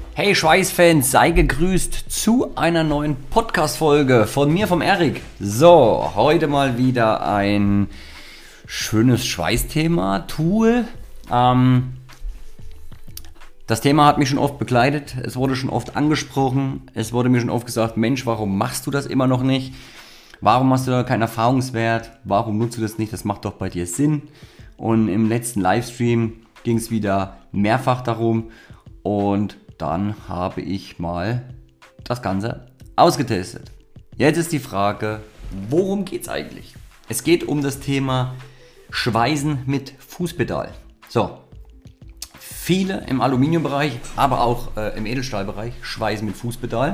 Hey Schweißfans, sei gegrüßt zu einer neuen Podcast-Folge von mir, vom Erik. So, heute mal wieder ein schönes Schweißthema, Tool. Das Thema hat mich schon oft begleitet, es wurde schon oft angesprochen, es wurde mir schon oft gesagt, Mensch, warum machst du das immer noch nicht? Warum hast du da keinen Erfahrungswert? Warum nutzt du das nicht? Das macht doch bei dir Sinn. Und im letzten Livestream ging es wieder mehrfach darum und dann habe ich mal das Ganze ausgetestet. Jetzt ist die Frage, worum geht es eigentlich? Es geht um das Thema Schweißen mit Fußpedal. So, viele im Aluminiumbereich, aber auch im Edelstahlbereich schweißen mit Fußpedal.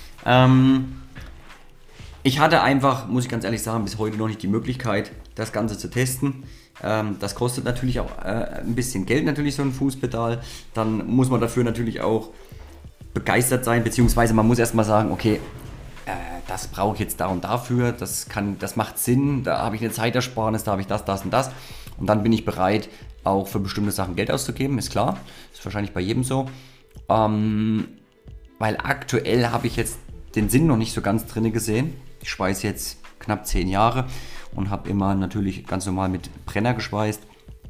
Ich hatte einfach, muss ich ganz ehrlich sagen, bis heute noch nicht die Möglichkeit, das Ganze zu testen. Das kostet natürlich auch ein bisschen Geld, natürlich so ein Fußpedal. Dann muss man dafür natürlich auch begeistert sein, beziehungsweise man muss erstmal sagen, okay, das brauche ich jetzt da und dafür, das macht Sinn, da habe ich eine Zeitersparnis, da habe ich das und das. Und dann bin ich bereit, auch für bestimmte Sachen Geld auszugeben, ist klar. Ist wahrscheinlich bei jedem so. Weil aktuell habe ich jetzt den Sinn noch nicht so ganz drin gesehen. Ich schweiße jetzt knapp 10 Jahre und habe immer natürlich ganz normal mit Brenner geschweißt.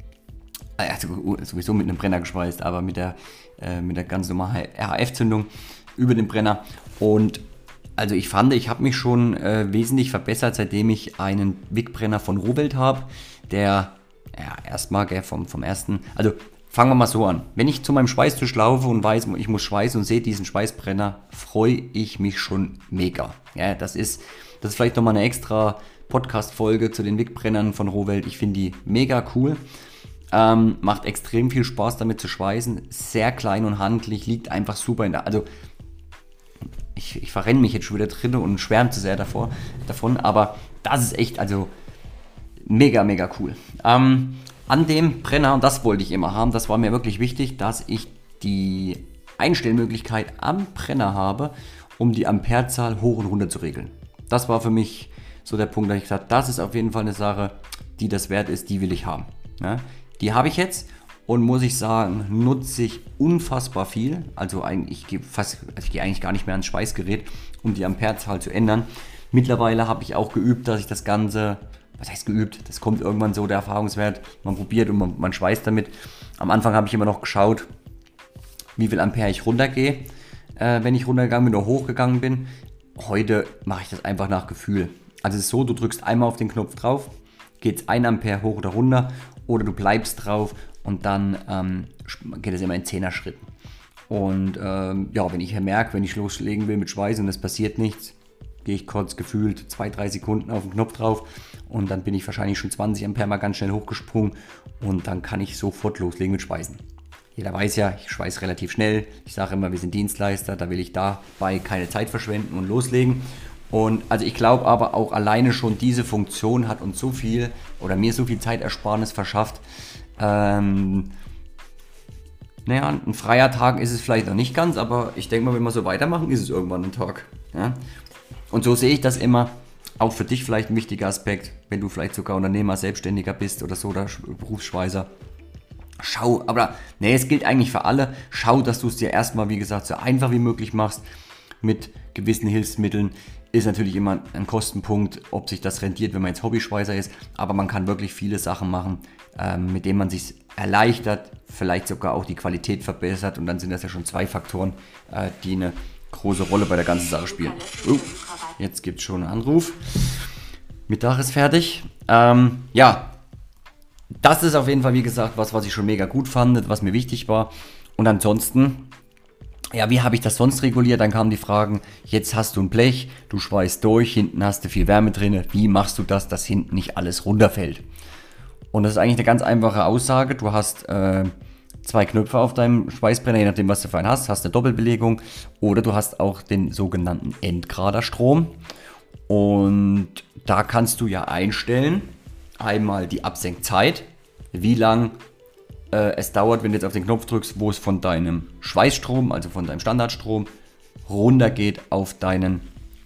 Also sowieso mit einem Brenner geschweißt, aber mit der ganz normalen RHF-Zündung über den Brenner. Und also ich fand, ich habe mich schon wesentlich verbessert, seitdem ich einen Wickbrenner von Rowelt habe, der erstmal vom ersten, also fangen wir mal so an. Wenn ich zu meinem Schweißtisch laufe und weiß, ich muss schweißen und sehe diesen Schweißbrenner, freue ich mich schon mega. Ja, das ist vielleicht nochmal eine extra Podcast-Folge zu den Wickbrennern von Rowelt. Ich finde die mega cool. Macht extrem viel Spaß damit zu schweißen. Sehr klein und handlich, liegt einfach super in der... Also ich verrenne mich jetzt schon wieder drin und schwärme zu sehr davon, aber das ist echt also mega, mega cool. An dem Brenner, und das wollte ich immer haben, das war mir wirklich wichtig, dass ich die Einstellmöglichkeit am Brenner habe, um die Amperezahl hoch und runter zu regeln. Das war für mich so der Punkt, dass ich gesagt habe, das ist auf jeden Fall eine Sache, die das wert ist, die will ich haben. Ja, die habe ich jetzt und muss ich sagen, nutze ich unfassbar viel. Also ich gehe eigentlich gar nicht mehr ans Schweißgerät, um die Amperezahl zu ändern. Mittlerweile habe ich auch geübt, dass ich das Ganze... Was heißt geübt? Das kommt irgendwann so, der Erfahrungswert. Man probiert und man schweißt damit. Am Anfang habe ich immer noch geschaut, wie viel Ampere ich runtergehe, wenn ich runtergegangen bin oder hochgegangen bin. Heute mache ich das einfach nach Gefühl. Also es ist so, du drückst einmal auf den Knopf drauf, geht es 1 Ampere hoch oder runter oder du bleibst drauf und dann geht es immer in 10er Schritten. Und wenn ich merke, wenn ich loslegen will mit Schweißen und es passiert nichts, gehe ich kurz gefühlt 2-3 Sekunden auf den Knopf drauf und dann bin ich wahrscheinlich schon 20 Ampere mal ganz schnell hochgesprungen und dann kann ich sofort loslegen mit Schweißen. Jeder weiß ja, ich schweiße relativ schnell. Ich sage immer, wir sind Dienstleister, da will ich dabei keine Zeit verschwenden und loslegen. Und also ich glaube aber auch alleine schon diese Funktion hat uns so viel oder mir so viel Zeitersparnis verschafft. Ein freier Tag ist es vielleicht noch nicht ganz, aber ich denke mal, wenn wir so weitermachen, ist es irgendwann ein Tag. Ja? Und so sehe ich das immer, auch für dich vielleicht ein wichtiger Aspekt, wenn du vielleicht sogar Unternehmer, Selbstständiger bist oder so, oder Berufsschweißer. Es gilt eigentlich für alle. Schau, dass du es dir erstmal, wie gesagt, so einfach wie möglich machst. Mit gewissen Hilfsmitteln ist natürlich immer ein Kostenpunkt, ob sich das rentiert, wenn man jetzt Hobbyschweißer ist. Aber man kann wirklich viele Sachen machen, mit denen man sich erleichtert, vielleicht sogar auch die Qualität verbessert. Und dann sind das ja schon 2 Faktoren, die eine große Rolle bei der ganzen Sache spielen. Jetzt gibt es schon einen Anruf. Mittag ist fertig. Das ist auf jeden Fall, wie gesagt, was ich schon mega gut fand, was mir wichtig war. Und ansonsten, wie habe ich das sonst reguliert? Dann kamen die Fragen, jetzt hast du ein Blech, du schweißt durch, hinten hast du viel Wärme drin. Wie machst du das, dass hinten nicht alles runterfällt? Und das ist eigentlich eine ganz einfache Aussage. Du hast 2 Knöpfe auf deinem Schweißbrenner, je nachdem, was du für einen hast eine Doppelbelegung oder du hast auch den sogenannten Endgraderstrom. Und da kannst du ja einstellen, einmal die Absenkzeit, wie lang es dauert, wenn du jetzt auf den Knopf drückst, wo es von deinem Schweißstrom, also von deinem Standardstrom, runter geht auf deinen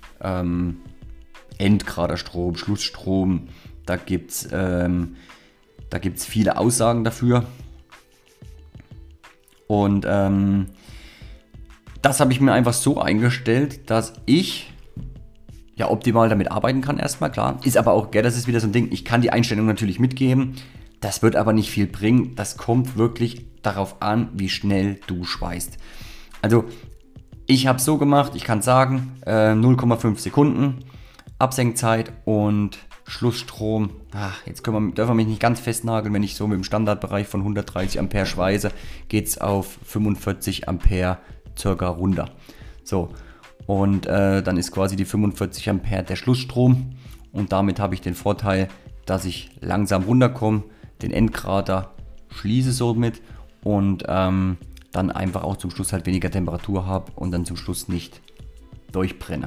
Endgraderstrom, Schlussstrom. Da gibt's viele Aussagen dafür. Und das habe ich mir einfach so eingestellt, dass ich ja optimal damit arbeiten kann erstmal, klar. Ist aber auch, das ist wieder so ein Ding, ich kann die Einstellung natürlich mitgeben, das wird aber nicht viel bringen. Das kommt wirklich darauf an, wie schnell du schweißt. Also ich habe es so gemacht, ich kann sagen, 0,5 Sekunden Absenkzeit und Schlussstrom. Jetzt dürfen wir mich nicht ganz festnageln, wenn ich so mit dem Standardbereich von 130 Ampere schweiße, geht es auf 45 Ampere circa runter. So, und dann ist quasi die 45 Ampere der Schlussstrom und damit habe ich den Vorteil, dass ich langsam runterkomme, den Endkrater schließe somit und dann einfach auch zum Schluss halt weniger Temperatur habe und dann zum Schluss nicht durchbrenne.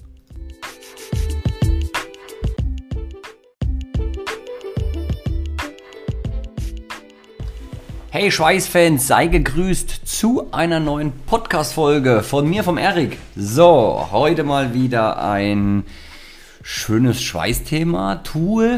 Hey Schweißfans, sei gegrüßt zu einer neuen Podcast-Folge von mir, vom Erik. So, heute mal wieder ein schönes Schweißthema, Tool.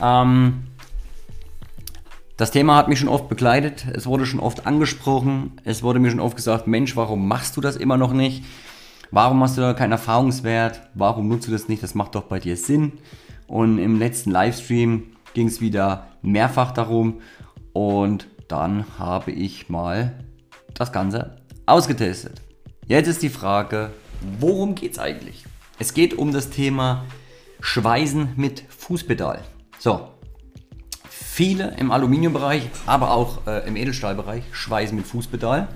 Das Thema hat mich schon oft begleitet, es wurde schon oft angesprochen, es wurde mir schon oft gesagt, Mensch, warum machst du das immer noch nicht? Warum hast du da keinen Erfahrungswert? Warum nutzt du das nicht? Das macht doch bei dir Sinn. Und im letzten Livestream ging es wieder mehrfach darum und dann habe ich mal das Ganze ausgetestet. Jetzt ist die Frage, worum geht es eigentlich? Es geht um das Thema Schweißen mit Fußpedal. So, viele im Aluminiumbereich, aber auch im Edelstahlbereich schweißen mit Fußpedal.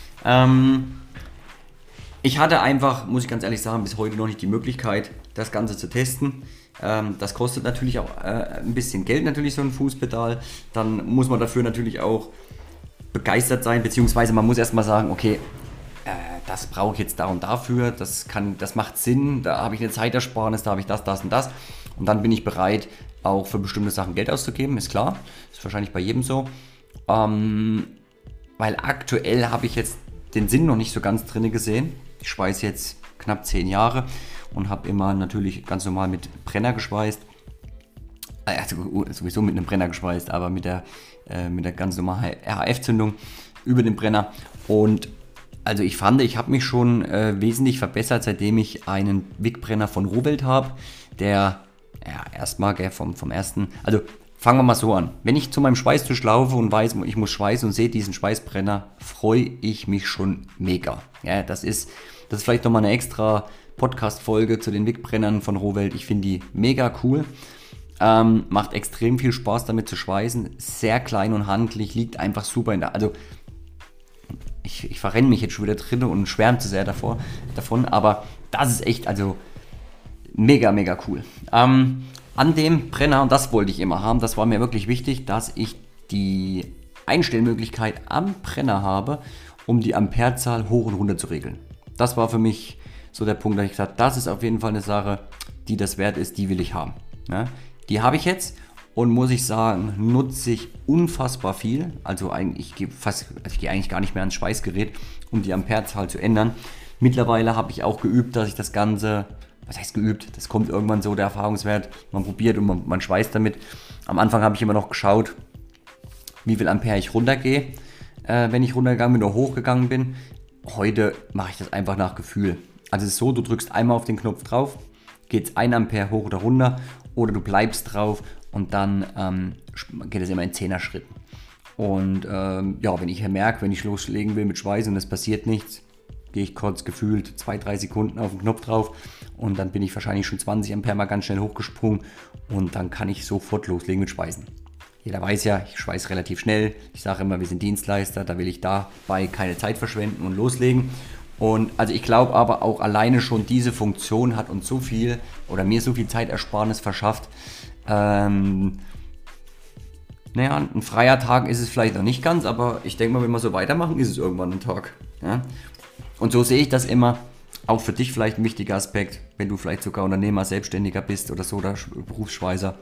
Ich hatte einfach, muss ich ganz ehrlich sagen, bis heute noch nicht die Möglichkeit, das Ganze zu testen. Das kostet natürlich auch ein bisschen Geld, natürlich so ein Fußpedal. Dann muss man dafür natürlich auch begeistert sein, beziehungsweise man muss erstmal sagen, okay, das brauche ich jetzt da und dafür, das macht Sinn, da habe ich eine Zeitersparnis, da habe ich das und das. Und dann bin ich bereit, auch für bestimmte Sachen Geld auszugeben, ist klar. Ist wahrscheinlich bei jedem so. Weil aktuell habe ich jetzt den Sinn noch nicht so ganz drin gesehen. Ich schweiße jetzt knapp 10 Jahre und habe immer natürlich ganz normal mit Brenner geschweißt. Also sowieso mit einem Brenner geschweißt, aber mit der ganz normalen RHF-Zündung über den Brenner. Und also ich fand, ich habe mich schon wesentlich verbessert, seitdem ich einen Wickbrenner von Rowelt habe, der erstmal vom ersten, also fangen wir mal so an. Wenn ich zu meinem Schweißtisch laufe und weiß, ich muss schweißen und sehe diesen Schweißbrenner, freue ich mich schon mega. Ja, das ist vielleicht nochmal eine extra Podcast-Folge zu den Wickbrennern von Rowelt. Ich finde die mega cool. Macht extrem viel Spaß damit zu schweißen. Sehr klein und handlich, liegt einfach super in der. Also ich verrenne mich jetzt schon wieder drin und schwärme zu sehr davon, aber das ist echt, also mega, mega cool. An dem Brenner, und das wollte ich immer haben, das war mir wirklich wichtig, dass ich die Einstellmöglichkeit am Brenner habe, um die Amperezahl hoch und runter zu regeln. Das war für mich so der Punkt, dass ich gesagt habe, das ist auf jeden Fall eine Sache, die das wert ist, die will ich haben. Ja, die habe ich jetzt und muss ich sagen, nutze ich unfassbar viel. Also ich gehe eigentlich gar nicht mehr ans Schweißgerät, um die Amperezahl zu ändern. Mittlerweile habe ich auch geübt, dass ich das Ganze, was heißt geübt? Das kommt irgendwann so, der Erfahrungswert, man probiert und man schweißt damit. Am Anfang habe ich immer noch geschaut, wie viel Ampere ich runtergehe, wenn ich runtergegangen bin oder hochgegangen bin. Heute mache ich das einfach nach Gefühl. Also es ist so, du drückst einmal auf den Knopf drauf, geht es 1 Ampere hoch oder runter oder du bleibst drauf und dann geht es immer in 10er Schritten. Und wenn ich merke, wenn ich loslegen will mit Schweißen und es passiert nichts, gehe ich kurz gefühlt 2-3 Sekunden auf den Knopf drauf und dann bin ich wahrscheinlich schon 20 Ampere mal ganz schnell hochgesprungen und dann kann ich sofort loslegen mit Schweißen. Jeder weiß ja, ich schweiße relativ schnell. Ich sage immer, wir sind Dienstleister, da will ich dabei keine Zeit verschwenden und loslegen. Und also ich glaube aber auch alleine schon diese Funktion hat uns so viel oder mir so viel Zeitersparnis verschafft. Ein freier Tag ist es vielleicht noch nicht ganz, aber ich denke mal, wenn wir so weitermachen, ist es irgendwann ein Tag. Ja? Und so sehe ich das immer. Auch für dich vielleicht ein wichtiger Aspekt, wenn du vielleicht sogar Unternehmer, Selbstständiger bist oder so, oder Berufsschweißer.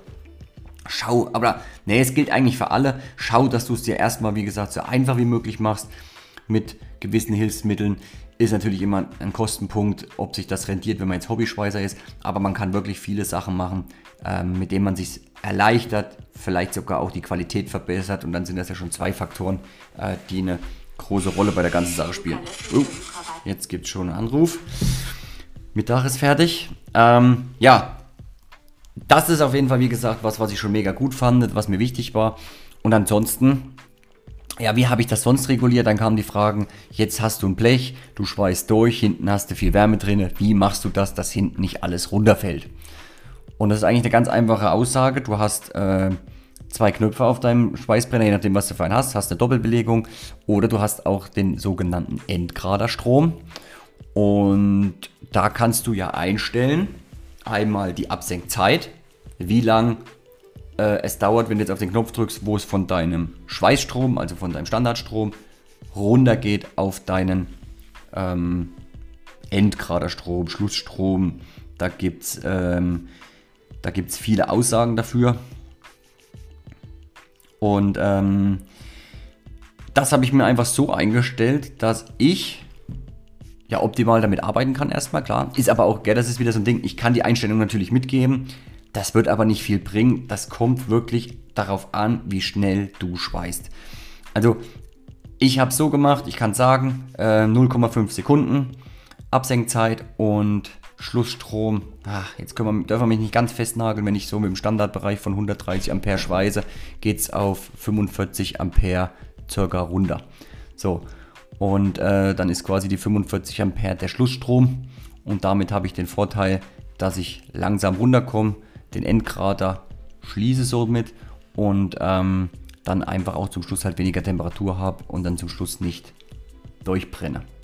Es gilt eigentlich für alle. Schau, dass du es dir erstmal, wie gesagt, so einfach wie möglich machst mit gewissen Hilfsmitteln. Ist natürlich immer ein Kostenpunkt, ob sich das rentiert, wenn man jetzt Hobbyschweißer ist. Aber man kann wirklich viele Sachen machen, mit denen man sich erleichtert, vielleicht sogar auch die Qualität verbessert. Und dann sind das ja schon 2 Faktoren, die eine große Rolle bei der ganzen Sache spielen. Jetzt gibt es schon einen Anruf. Mittag ist fertig. Ja, das ist auf jeden Fall, wie gesagt, was ich schon mega gut fand, was mir wichtig war. Und ansonsten, ja, wie habe ich das sonst reguliert? Dann kamen die Fragen, jetzt hast du ein Blech, du schweißt durch, hinten hast du viel Wärme drin. Wie machst du das, dass hinten nicht alles runterfällt? Und das ist eigentlich eine ganz einfache Aussage. Du hast 2 Knöpfe auf deinem Schweißbrenner, je nachdem, was du für einen hast. Hast eine Doppelbelegung oder du hast auch den sogenannten Endgraderstrom. Und da kannst du ja einstellen, einmal die Absenkzeit, wie lang es dauert, wenn du jetzt auf den Knopf drückst, wo es von deinem Schweißstrom, also von deinem Standardstrom, runtergeht auf deinen Endgraderstrom, Schlussstrom. Da gibt es viele Aussagen dafür. Und das habe ich mir einfach so eingestellt, dass ich ja optimal damit arbeiten kann erstmal, klar. Ist aber auch, das ist wieder so ein Ding, ich kann die Einstellung natürlich mitgeben, das wird aber nicht viel bringen. Das kommt wirklich darauf an, wie schnell du schweißt. Also ich habe es so gemacht, ich kann sagen, 0,5 Sekunden Absenkzeit und Schlussstrom. Jetzt dürfen wir mich nicht ganz festnageln, wenn ich so mit dem Standardbereich von 130 Ampere schweiße, geht es auf 45 Ampere circa runter. So, und dann ist quasi die 45 Ampere der Schlussstrom und damit habe ich den Vorteil, dass ich langsam runterkomme, den Endgrader schließe somit und dann einfach auch zum Schluss halt weniger Temperatur habe und dann zum Schluss nicht durchbrenne.